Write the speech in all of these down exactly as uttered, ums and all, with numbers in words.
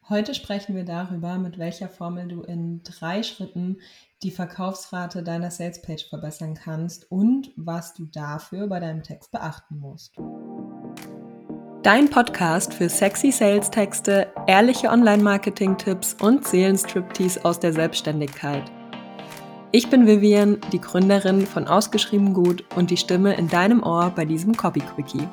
Heute sprechen wir darüber, mit welcher Formel du in drei Schritten die Verkaufsrate deiner Salespage verbessern kannst und was du dafür bei deinem Text beachten musst. Dein Podcast für sexy Sales-Texte, ehrliche Online-Marketing-Tipps und Seelenstriptease aus der Selbstständigkeit. Ich bin Vivian, die Gründerin von Ausgeschrieben Gut und die Stimme in deinem Ohr bei diesem Copy-Quickie.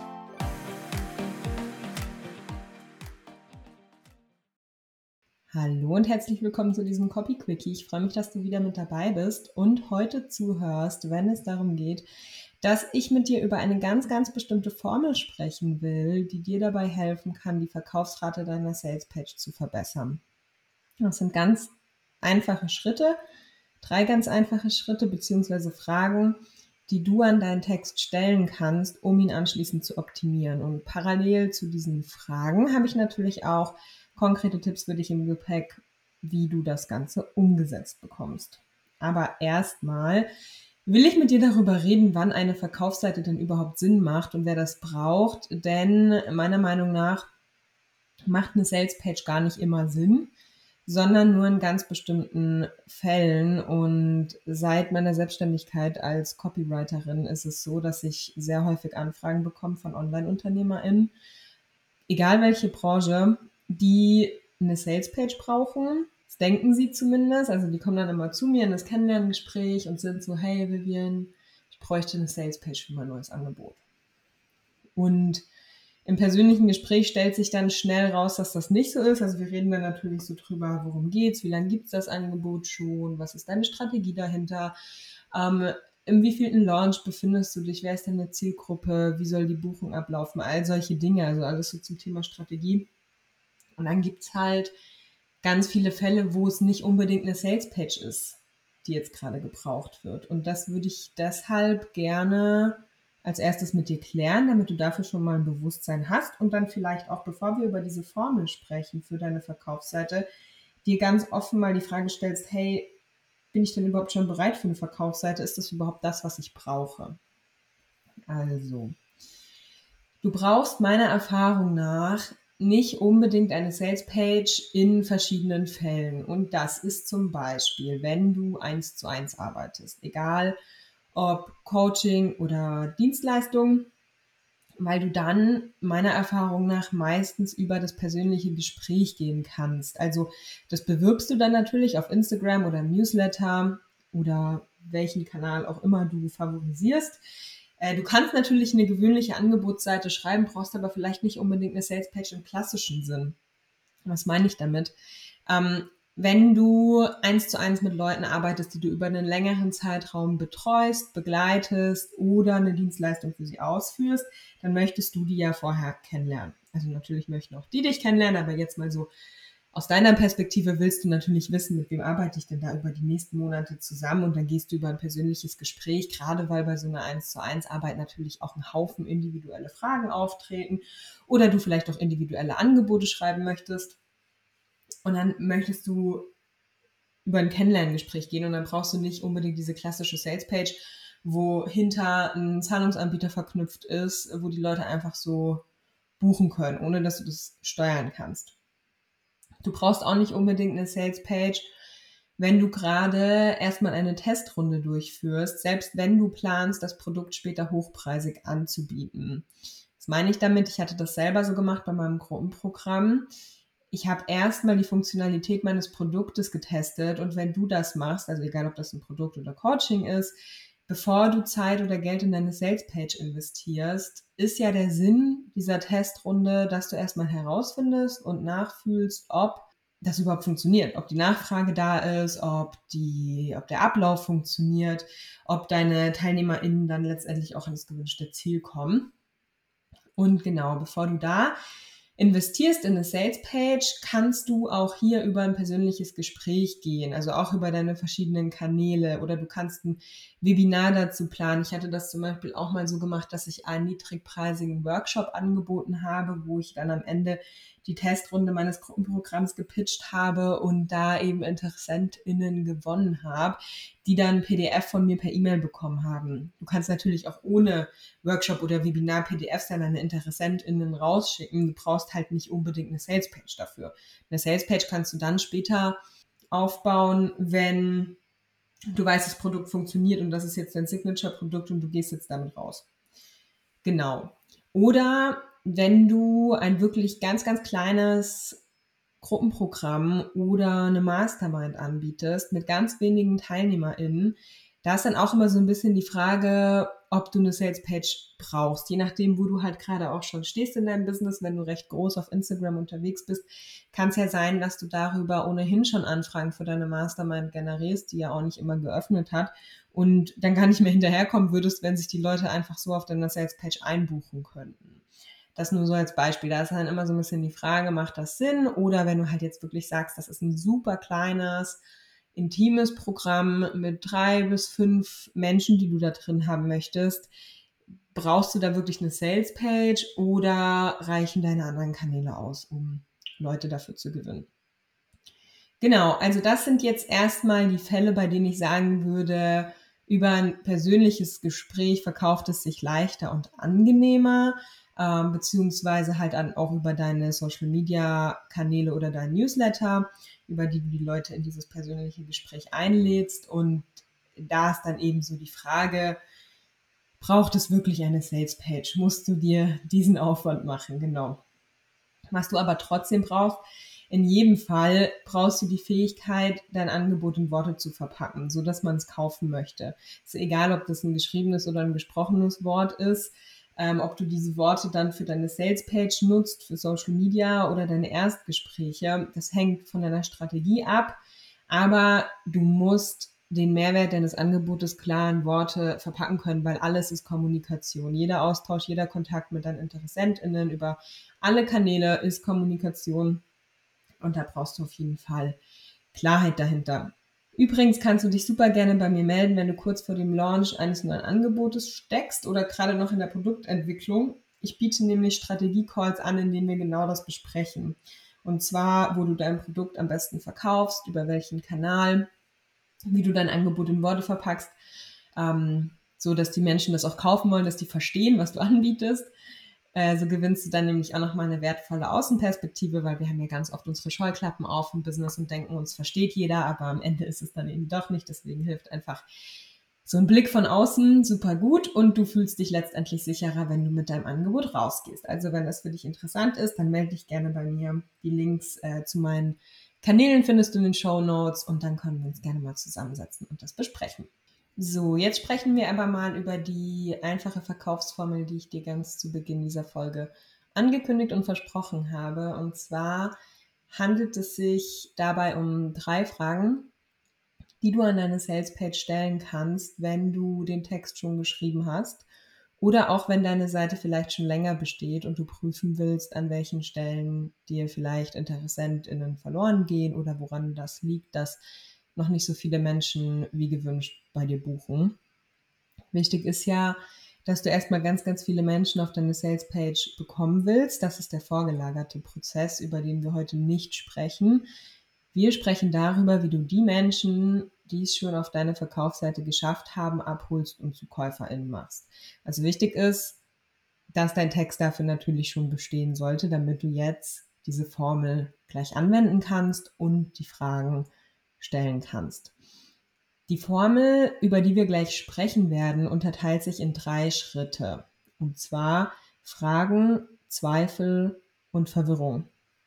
Hallo und herzlich willkommen zu diesem Copy-Quickie. Ich freue mich, dass du wieder mit dabei bist und heute zuhörst, wenn es darum geht, dass ich mit dir über eine ganz, ganz bestimmte Formel sprechen will, die dir dabei helfen kann, die Verkaufsrate deiner Salespage zu verbessern. Das sind ganz einfache Schritte, drei ganz einfache Schritte bzw. Fragen, die du an deinen Text stellen kannst, um ihn anschließend zu optimieren. Und parallel zu diesen Fragen habe ich natürlich auch konkrete Tipps für dich im Gepäck, wie du das Ganze umgesetzt bekommst. Aber erstmal will ich mit dir darüber reden, wann eine Verkaufsseite denn überhaupt Sinn macht und wer das braucht, denn meiner Meinung nach macht eine Salespage gar nicht immer Sinn, sondern nur in ganz bestimmten Fällen. Und seit meiner Selbstständigkeit als Copywriterin ist es so, dass ich sehr häufig Anfragen bekomme von Online-UnternehmerInnen, egal welche Branche, die eine Salespage brauchen. Das denken sie zumindest. Also die kommen dann immer zu mir in das Kennenlerngespräch und sind so, hey Vivian, ich bräuchte eine Salespage für mein neues Angebot. Und im persönlichen Gespräch stellt sich dann schnell raus, dass das nicht so ist. Also wir reden dann natürlich so drüber, worum geht's, wie lange gibt's das Angebot schon, was ist deine Strategie dahinter, ähm, im wievielten Launch befindest du dich, wer ist deine Zielgruppe, wie soll die Buchung ablaufen, all solche Dinge, also alles so zum Thema Strategie. Und dann gibt's halt ganz viele Fälle, wo es nicht unbedingt eine Salespage ist, die jetzt gerade gebraucht wird. Und das würde ich deshalb gerne als erstes mit dir klären, damit du dafür schon mal ein Bewusstsein hast und dann vielleicht auch, bevor wir über diese Formel sprechen für deine Verkaufsseite, dir ganz offen mal die Frage stellst, hey, bin ich denn überhaupt schon bereit für eine Verkaufsseite? Ist das überhaupt das, was ich brauche? Also, du brauchst meiner Erfahrung nach nicht unbedingt eine Salespage in verschiedenen Fällen. Und das ist zum Beispiel, wenn du eins zu eins arbeitest, egal ob Coaching oder Dienstleistung, weil du dann meiner Erfahrung nach meistens über das persönliche Gespräch gehen kannst. Also das bewirbst du dann natürlich auf Instagram oder im Newsletter oder welchen Kanal auch immer du favorisierst. Äh, du kannst natürlich eine gewöhnliche Angebotsseite schreiben, brauchst aber vielleicht nicht unbedingt eine Salespage im klassischen Sinn. Was meine ich damit? Ähm, wenn du eins zu eins mit Leuten arbeitest, die du über einen längeren Zeitraum betreust, begleitest oder eine Dienstleistung für sie ausführst, dann möchtest du die ja vorher kennenlernen. Also natürlich möchten auch die dich kennenlernen, aber jetzt mal so aus deiner Perspektive willst du natürlich wissen, mit wem arbeite ich denn da über die nächsten Monate zusammen, und dann gehst du über ein persönliches Gespräch, gerade weil bei so einer eins zu eins Arbeit natürlich auch ein Haufen individuelle Fragen auftreten oder du vielleicht auch individuelle Angebote schreiben möchtest. Und dann möchtest du über ein Kennenlerngespräch gehen und dann brauchst du nicht unbedingt diese klassische Salespage, wo hinter ein Zahlungsanbieter verknüpft ist, wo die Leute einfach so buchen können, ohne dass du das steuern kannst. Du brauchst auch nicht unbedingt eine Salespage, wenn du gerade erstmal eine Testrunde durchführst, selbst wenn du planst, das Produkt später hochpreisig anzubieten. Was meine ich damit? Ich hatte das selber so gemacht bei meinem Gruppenprogramm. Ich habe erstmal die Funktionalität meines Produktes getestet, und wenn du das machst, also egal ob das ein Produkt oder Coaching ist, bevor du Zeit oder Geld in deine Salespage investierst, ist ja der Sinn dieser Testrunde, dass du erstmal herausfindest und nachfühlst, ob das überhaupt funktioniert, ob die Nachfrage da ist, ob die, ob der Ablauf funktioniert, ob deine TeilnehmerInnen dann letztendlich auch an das gewünschte Ziel kommen. Und genau, bevor du da investierst in eine Salespage, kannst du auch hier über ein persönliches Gespräch gehen, also auch über deine verschiedenen Kanäle, oder du kannst ein Webinar dazu planen. Ich hatte das zum Beispiel auch mal so gemacht, dass ich einen niedrigpreisigen Workshop angeboten habe, wo ich dann am Ende die Testrunde meines Gruppenprogramms gepitcht habe und da eben InteressentInnen gewonnen habe, die dann P D F von mir per E-Mail bekommen haben. Du kannst natürlich auch ohne Workshop oder Webinar P D Fs an deine InteressentInnen rausschicken. Du brauchst halt nicht unbedingt eine Salespage dafür. Eine Salespage kannst du dann später aufbauen, wenn du weißt, das Produkt funktioniert und das ist jetzt dein Signature-Produkt und du gehst jetzt damit raus. Genau. Oder wenn du ein wirklich ganz, ganz kleines Gruppenprogramm oder eine Mastermind anbietest mit ganz wenigen TeilnehmerInnen, da ist dann auch immer so ein bisschen die Frage, ob du eine Salespage brauchst. Je nachdem, wo du halt gerade auch schon stehst in deinem Business, wenn du recht groß auf Instagram unterwegs bist, kann es ja sein, dass du darüber ohnehin schon Anfragen für deine Mastermind generierst, die ja auch nicht immer geöffnet hat und dann gar nicht mehr hinterherkommen würdest, wenn sich die Leute einfach so auf deiner Salespage einbuchen könnten. Das nur so als Beispiel. Da ist dann immer so ein bisschen die Frage, macht das Sinn? Oder wenn du halt jetzt wirklich sagst, das ist ein super kleines, intimes Programm mit drei bis fünf Menschen, die du da drin haben möchtest, brauchst du da wirklich eine Salespage oder reichen deine anderen Kanäle aus, um Leute dafür zu gewinnen? Genau, also das sind jetzt erstmal die Fälle, bei denen ich sagen würde, über ein persönliches Gespräch verkauft es sich leichter und angenehmer, ähm, beziehungsweise halt dann auch über deine Social-Media-Kanäle oder dein Newsletter, über die du die Leute in dieses persönliche Gespräch einlädst. Und da ist dann eben so die Frage, braucht es wirklich eine Salespage? Musst du dir diesen Aufwand machen? Genau. Was du aber trotzdem brauchst, in jedem Fall brauchst du die Fähigkeit, dein Angebot in Worte zu verpacken, so dass man es kaufen möchte. Es ist egal, ob das ein geschriebenes oder ein gesprochenes Wort ist, ähm, ob du diese Worte dann für deine Salespage nutzt, für Social Media oder deine Erstgespräche. Das hängt von deiner Strategie ab, aber du musst den Mehrwert deines Angebotes klar in Worte verpacken können, weil alles ist Kommunikation. Jeder Austausch, jeder Kontakt mit deinen InteressentInnen über alle Kanäle ist Kommunikation. Und da brauchst du auf jeden Fall Klarheit dahinter. Übrigens kannst du dich super gerne bei mir melden, wenn du kurz vor dem Launch eines neuen Angebotes steckst oder gerade noch in der Produktentwicklung. Ich biete nämlich Strategie-Calls an, in denen wir genau das besprechen. Und zwar, wo du dein Produkt am besten verkaufst, über welchen Kanal, wie du dein Angebot in Worte verpackst, ähm, so dass die Menschen das auch kaufen wollen, dass die verstehen, was du anbietest. Äh, so gewinnst du dann nämlich auch nochmal eine wertvolle Außenperspektive, weil wir haben ja ganz oft unsere Scheuklappen auf im Business und denken, uns versteht jeder, aber am Ende ist es dann eben doch nicht. Deswegen hilft einfach so ein Blick von außen super gut und du fühlst dich letztendlich sicherer, wenn du mit deinem Angebot rausgehst. Also wenn das für dich interessant ist, dann melde dich gerne bei mir. Die Links äh, zu meinen Kanälen findest du in den Shownotes und dann können wir uns gerne mal zusammensetzen und das besprechen. So, jetzt sprechen wir aber mal über die einfache Verkaufsformel, die ich dir ganz zu Beginn dieser Folge angekündigt und versprochen habe. Und zwar handelt es sich dabei um drei Fragen, die du an deine Salespage stellen kannst, wenn du den Text schon geschrieben hast oder auch wenn deine Seite vielleicht schon länger besteht und du prüfen willst, an welchen Stellen dir vielleicht InteressentInnen verloren gehen oder woran das liegt, dass noch nicht so viele Menschen wie gewünscht bei dir buchen. Wichtig ist ja, dass du erstmal ganz, ganz viele Menschen auf deine Salespage bekommen willst. Das ist der vorgelagerte Prozess, über den wir heute nicht sprechen. Wir sprechen darüber, wie du die Menschen, die es schon auf deine Verkaufsseite geschafft haben, abholst und zu KäuferInnen machst. Also wichtig ist, dass dein Text dafür natürlich schon bestehen sollte, damit du jetzt diese Formel gleich anwenden kannst und die Fragen stellen kannst. Die Formel, über die wir gleich sprechen werden, unterteilt sich in drei Schritte. Und zwar Fragen, Zweifel und Verwirrung.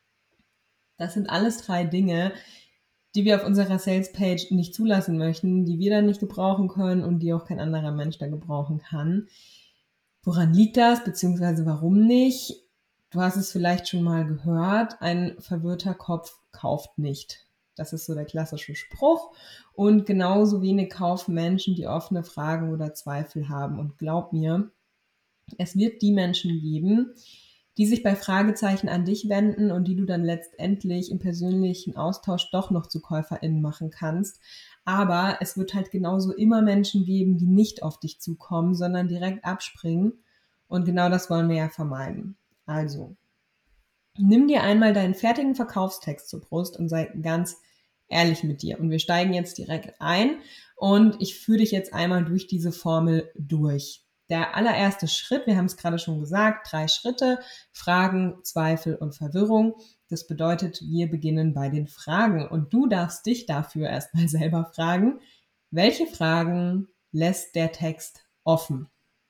Das sind alles drei Dinge, die wir auf unserer Salespage nicht zulassen möchten, die wir dann nicht gebrauchen können und die auch kein anderer Mensch da gebrauchen kann. Woran liegt das, beziehungsweise warum nicht? Du hast es vielleicht schon mal gehört, ein verwirrter Kopf kauft nicht. Das ist so der klassische Spruch. Und genauso wenig kaufen Menschen, die offene Fragen oder Zweifel haben. Und glaub mir, es wird die Menschen geben, die sich bei Fragezeichen an dich wenden und die du dann letztendlich im persönlichen Austausch doch noch zu KäuferInnen machen kannst. Aber es wird halt genauso immer Menschen geben, die nicht auf dich zukommen, sondern direkt abspringen. Und genau das wollen wir ja vermeiden. Also, Nimm dir einmal deinen fertigen Verkaufstext zur Brust und sei ganz ehrlich mit dir. Und wir steigen jetzt direkt ein und ich führe dich jetzt einmal durch diese Formel durch. Der allererste Schritt, wir haben es gerade schon gesagt, drei Schritte: Fragen, Zweifel und Verwirrung. Das bedeutet, wir beginnen bei den Fragen und du darfst dich dafür erstmal selber fragen, welche Fragen lässt der Text offen?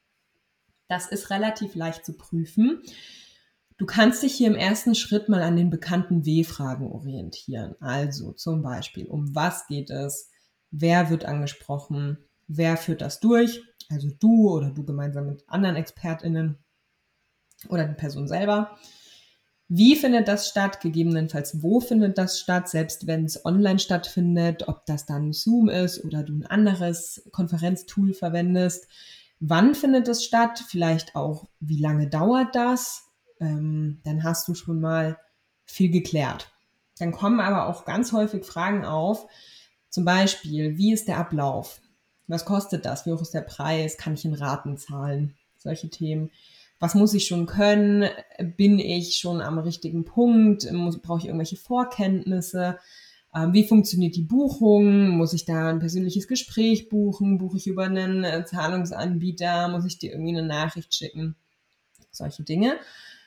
Das ist relativ leicht zu prüfen. Du kannst dich hier im ersten Schritt mal an den bekannten W-Fragen orientieren. Also zum Beispiel, um was geht es? Wer wird angesprochen? Wer führt das durch? Also du oder du gemeinsam mit anderen ExpertInnen oder die Person selber. Wie findet das statt? Gegebenenfalls, wo findet das statt? Selbst wenn es online stattfindet, ob das dann Zoom ist oder du ein anderes Konferenztool verwendest. Wann findet es statt? Vielleicht auch, wie lange dauert das? Ähm, dann hast du schon mal viel geklärt. Dann kommen aber auch ganz häufig Fragen auf, zum Beispiel, wie ist der Ablauf? Was kostet das? Wie hoch ist der Preis? Kann ich in Raten zahlen? Solche Themen. Was muss ich schon können? Bin ich schon am richtigen Punkt? Muss, brauche ich irgendwelche Vorkenntnisse? Ähm, wie funktioniert die Buchung? Muss ich da ein persönliches Gespräch buchen? Buche ich über einen äh, Zahlungsanbieter? Muss ich dir irgendwie eine Nachricht schicken? Solche Dinge.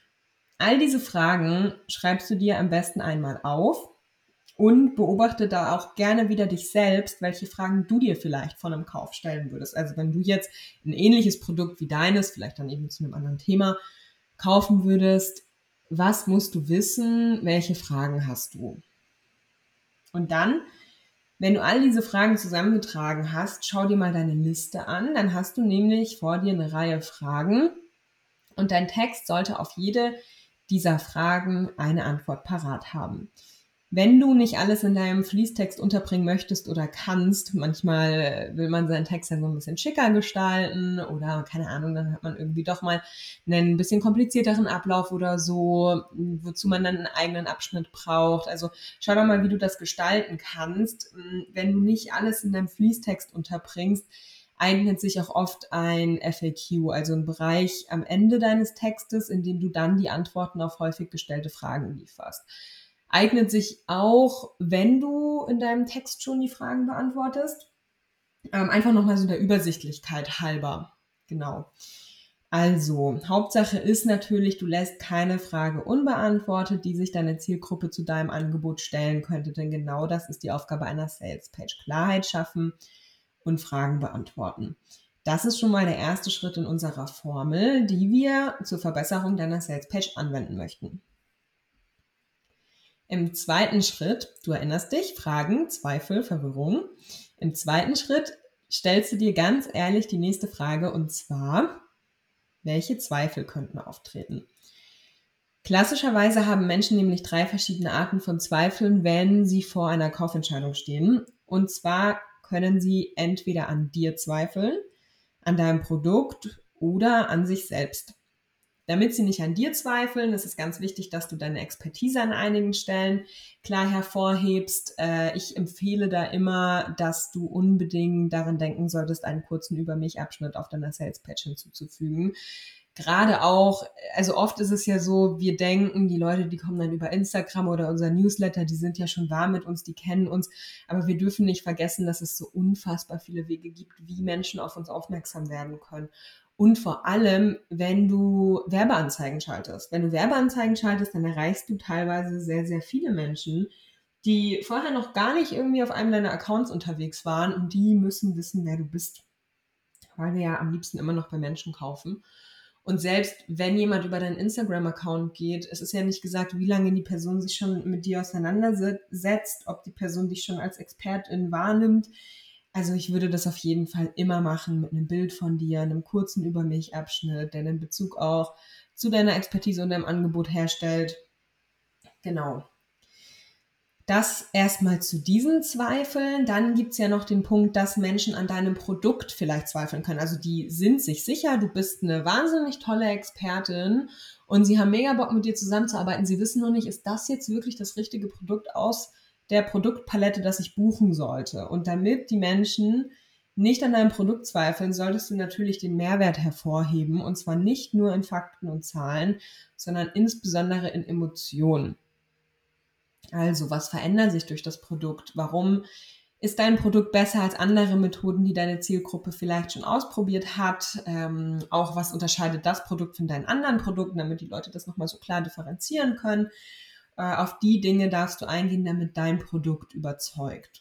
All diese Fragen schreibst du dir am besten einmal auf und beobachte da auch gerne wieder dich selbst, welche Fragen du dir vielleicht von einem Kauf stellen würdest. Also wenn du jetzt ein ähnliches Produkt wie deines, vielleicht dann eben zu einem anderen Thema, kaufen würdest, was musst du wissen? Welche Fragen hast du? Und dann, wenn du all diese Fragen zusammengetragen hast, schau dir mal deine Liste an. Dann hast du nämlich vor dir eine Reihe Fragen und dein Text sollte auf jede dieser Fragen eine Antwort parat haben. Wenn du nicht alles in deinem Fließtext unterbringen möchtest oder kannst, manchmal will man seinen Text ja so ein bisschen schicker gestalten oder keine Ahnung, dann hat man irgendwie doch mal einen bisschen komplizierteren Ablauf oder so, wozu man dann einen eigenen Abschnitt braucht. Also schau doch mal, wie du das gestalten kannst. Wenn du nicht alles in deinem Fließtext unterbringst, eignet sich auch oft ein F A Q, also ein Bereich am Ende deines Textes, in dem du dann die Antworten auf häufig gestellte Fragen lieferst. Eignet sich auch, wenn du in deinem Text schon die Fragen beantwortest. Ähm, einfach nochmal so der Übersichtlichkeit halber. Genau. Also, Hauptsache ist natürlich, du lässt keine Frage unbeantwortet, die sich deine Zielgruppe zu deinem Angebot stellen könnte, denn genau das ist die Aufgabe einer Salespage. Klarheit schaffen und Fragen beantworten. Das ist schon mal der erste Schritt in unserer Formel, die wir zur Verbesserung deiner Salespage anwenden möchten. Im zweiten Schritt, du erinnerst dich, Fragen, Zweifel, Verwirrung. Im zweiten Schritt stellst du dir ganz ehrlich die nächste Frage und zwar, welche Zweifel könnten auftreten? Klassischerweise haben Menschen nämlich drei verschiedene Arten von Zweifeln, wenn sie vor einer Kaufentscheidung stehen. Und zwar können sie entweder an dir zweifeln, an deinem Produkt oder an sich selbst. Damit sie nicht an dir zweifeln, ist es ganz wichtig, dass du deine Expertise an einigen Stellen klar hervorhebst. Äh, ich empfehle da immer, dass du unbedingt daran denken solltest, einen kurzen Über-mich-Abschnitt auf deiner Salespage hinzuzufügen. Gerade auch, also oft ist es ja so, wir denken, die Leute, die kommen dann über Instagram oder unser Newsletter, die sind ja schon warm mit uns, die kennen uns, aber wir dürfen nicht vergessen, dass es so unfassbar viele Wege gibt, wie Menschen auf uns aufmerksam werden können. Und vor allem, wenn du Werbeanzeigen schaltest. Wenn du Werbeanzeigen schaltest, dann erreichst du teilweise sehr, sehr viele Menschen, die vorher noch gar nicht irgendwie auf einem deiner Accounts unterwegs waren und die müssen wissen, wer du bist. Weil wir ja am liebsten immer noch bei Menschen kaufen. Und selbst wenn jemand über deinen Instagram-Account geht, es ist ja nicht gesagt, wie lange die Person sich schon mit dir auseinandersetzt, ob die Person dich schon als Expertin wahrnimmt. Also ich würde das auf jeden Fall immer machen mit einem Bild von dir, einem kurzen Über-mich-Abschnitt, der einen Bezug auch zu deiner Expertise und deinem Angebot herstellt. Genau. Das erstmal zu diesen Zweifeln. Dann gibt es ja noch den Punkt, dass Menschen an deinem Produkt vielleicht zweifeln können. Also die sind sich sicher, du bist eine wahnsinnig tolle Expertin und sie haben mega Bock, mit dir zusammenzuarbeiten. Sie wissen noch nicht, ist das jetzt wirklich das richtige Produkt aus der Produktpalette, das ich buchen sollte? Und damit die Menschen Nicht an deinem Produkt zweifeln, solltest du natürlich den Mehrwert hervorheben, und zwar nicht nur in Fakten und Zahlen, sondern insbesondere in Emotionen. Also, was verändert sich durch das Produkt? Warum ist dein Produkt besser als andere Methoden, die deine Zielgruppe vielleicht schon ausprobiert hat? Ähm, auch was unterscheidet das Produkt von deinen anderen Produkten, damit die Leute das nochmal so klar differenzieren können? Äh, auf die Dinge darfst du eingehen, damit dein Produkt überzeugt.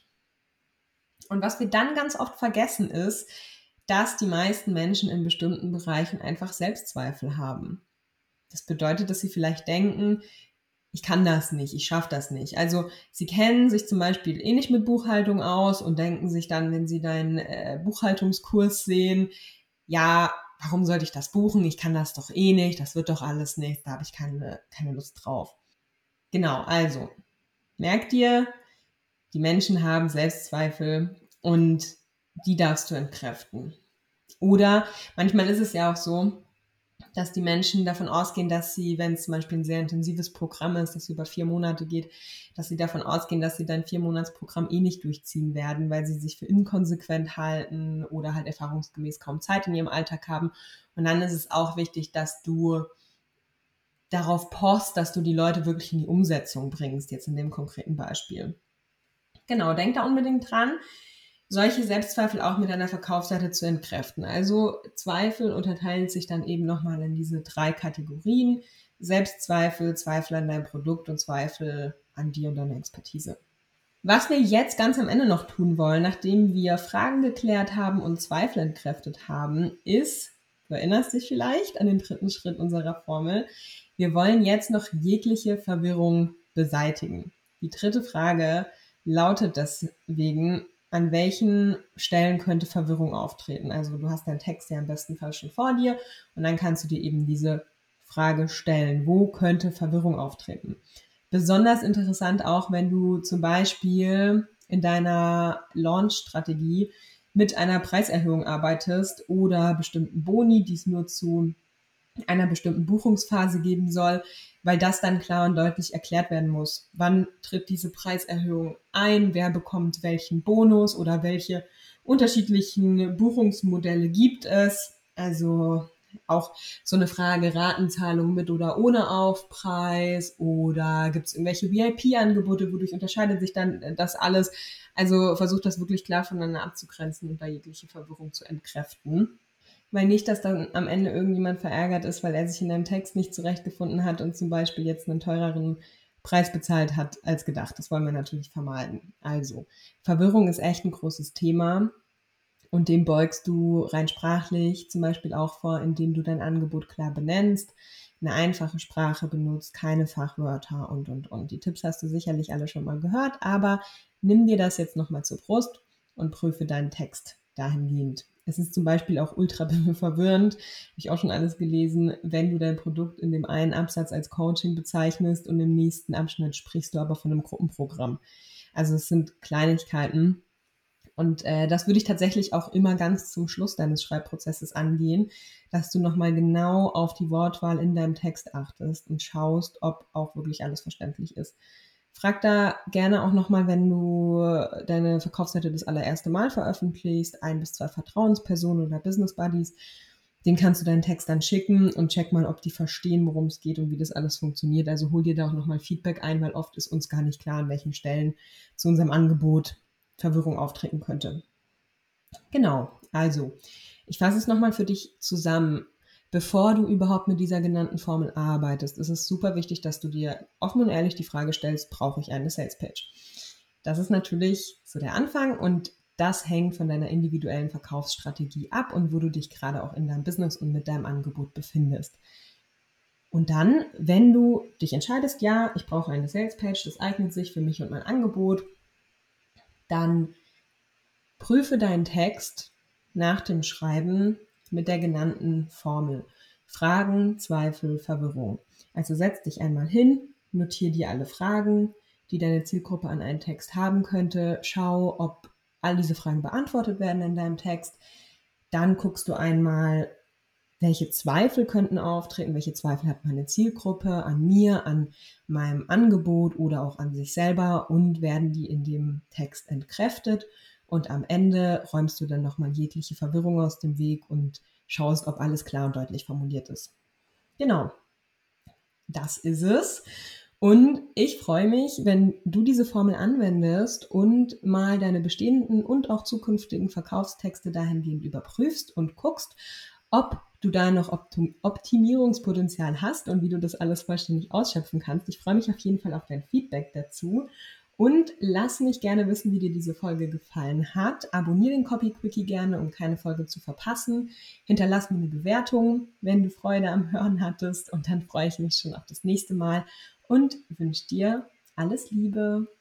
Und was wir dann ganz oft vergessen ist, dass die meisten Menschen in bestimmten Bereichen einfach Selbstzweifel haben. Das bedeutet, dass sie vielleicht denken, ich kann das nicht, ich schaffe das nicht. Also sie kennen sich zum Beispiel eh nicht mit Buchhaltung aus und denken sich dann, wenn sie deinen äh, Buchhaltungskurs sehen, ja, warum sollte ich das buchen? Ich kann das doch eh nicht, das wird doch alles nicht, da habe ich keine, keine Lust drauf. Genau, also merk dir, die Menschen haben Selbstzweifel und die darfst du entkräften. Oder manchmal ist es ja auch so, dass die Menschen davon ausgehen, dass sie, wenn es zum Beispiel ein sehr intensives Programm ist, das über vier Monate geht, dass sie davon ausgehen, dass sie dein Vier-Monats-Programm eh nicht durchziehen werden, weil sie sich für inkonsequent halten oder halt erfahrungsgemäß kaum Zeit in ihrem Alltag haben. Und dann ist es auch wichtig, dass du darauf pochst, dass du die Leute wirklich in die Umsetzung bringst, jetzt in dem konkreten Beispiel. Genau, denk da unbedingt dran, solche Selbstzweifel auch mit einer Verkaufsseite zu entkräften. Also Zweifel unterteilen sich dann eben nochmal in diese drei Kategorien: Selbstzweifel, Zweifel an deinem Produkt und Zweifel an dir und deiner Expertise. Was wir jetzt ganz am Ende noch tun wollen, nachdem wir Fragen geklärt haben und Zweifel entkräftet haben, ist, du erinnerst dich vielleicht an den dritten Schritt unserer Formel, wir wollen jetzt noch jegliche Verwirrung beseitigen. Die dritte Frage lautet deswegen, an welchen Stellen könnte Verwirrung auftreten? Also du hast deinen Text ja im besten Fall schon vor dir und dann kannst du dir eben diese Frage stellen. Wo könnte Verwirrung auftreten? Besonders interessant auch, wenn du zum Beispiel in deiner Launch-Strategie mit einer Preiserhöhung arbeitest oder bestimmten Boni, die es nur zu einer bestimmten Buchungsphase geben soll, weil das dann klar und deutlich erklärt werden muss. Wann tritt diese Preiserhöhung ein? Wer bekommt welchen Bonus oder welche unterschiedlichen Buchungsmodelle gibt es? Also auch so eine Frage, Ratenzahlung mit oder ohne Aufpreis, oder gibt es irgendwelche V I P-Angebote, wodurch unterscheidet sich dann das alles? Also versucht das wirklich klar voneinander abzugrenzen und da jegliche Verwirrung zu entkräften. Weil nicht, dass dann am Ende irgendjemand verärgert ist, weil er sich in deinem Text nicht zurechtgefunden hat und zum Beispiel jetzt einen teureren Preis bezahlt hat als gedacht. Das wollen wir natürlich vermeiden. Also, Verwirrung ist echt ein großes Thema und dem beugst du rein sprachlich zum Beispiel auch vor, indem du dein Angebot klar benennst, eine einfache Sprache benutzt, keine Fachwörter und, und, und. Die Tipps hast du sicherlich alle schon mal gehört, aber nimm dir das jetzt nochmal zur Brust und prüfe deinen Text dahingehend. Es ist zum Beispiel auch ultra verwirrend, habe ich auch schon alles gelesen, wenn du dein Produkt in dem einen Absatz als Coaching bezeichnest und im nächsten Abschnitt sprichst du aber von einem Gruppenprogramm. Also es sind Kleinigkeiten. Und äh, das würde ich tatsächlich auch immer ganz zum Schluss deines Schreibprozesses angehen, dass du nochmal genau auf die Wortwahl in deinem Text achtest und schaust, ob auch wirklich alles verständlich ist. Frag da gerne auch nochmal, wenn du deine Verkaufsseite das allererste Mal veröffentlichst, ein bis zwei Vertrauenspersonen oder Business Buddies, den kannst du deinen Text dann schicken und check mal, ob die verstehen, worum es geht und wie das alles funktioniert. Also hol dir da auch nochmal Feedback ein, weil oft ist uns gar nicht klar, an welchen Stellen zu unserem Angebot Verwirrung auftreten könnte. Genau, also ich fasse es nochmal für dich zusammen. Bevor du überhaupt mit dieser genannten Formel arbeitest, ist es super wichtig, dass du dir offen und ehrlich die Frage stellst, brauche ich eine Salespage? Das ist natürlich so der Anfang und das hängt von deiner individuellen Verkaufsstrategie ab und wo du dich gerade auch in deinem Business und mit deinem Angebot befindest. Und dann, wenn du dich entscheidest, ja, ich brauche eine Salespage, das eignet sich für mich und mein Angebot, dann prüfe deinen Text nach dem Schreiben mit der genannten Formel. Fragen, Zweifel, Verwirrung. Also setz dich einmal hin, notiere dir alle Fragen, die deine Zielgruppe an einen Text haben könnte. Schau, ob all diese Fragen beantwortet werden in deinem Text. Dann guckst du einmal, welche Zweifel könnten auftreten, welche Zweifel hat meine Zielgruppe an mir, an meinem Angebot oder auch an sich selber und werden die in dem Text entkräftet. Und am Ende räumst du dann nochmal jegliche Verwirrung aus dem Weg und schaust, ob alles klar und deutlich formuliert ist. Genau, das ist es. Und ich freue mich, wenn du diese Formel anwendest und mal deine bestehenden und auch zukünftigen Verkaufstexte dahingehend überprüfst und guckst, ob du da noch Optimierungspotenzial hast und wie du das alles vollständig ausschöpfen kannst. Ich freue mich auf jeden Fall auf dein Feedback dazu. Und lass mich gerne wissen, wie dir diese Folge gefallen hat. Abonniere den Copy Quickie gerne, um keine Folge zu verpassen. Hinterlass mir eine Bewertung, wenn du Freude am Hören hattest. Und dann freue ich mich schon auf das nächste Mal und wünsche dir alles Liebe.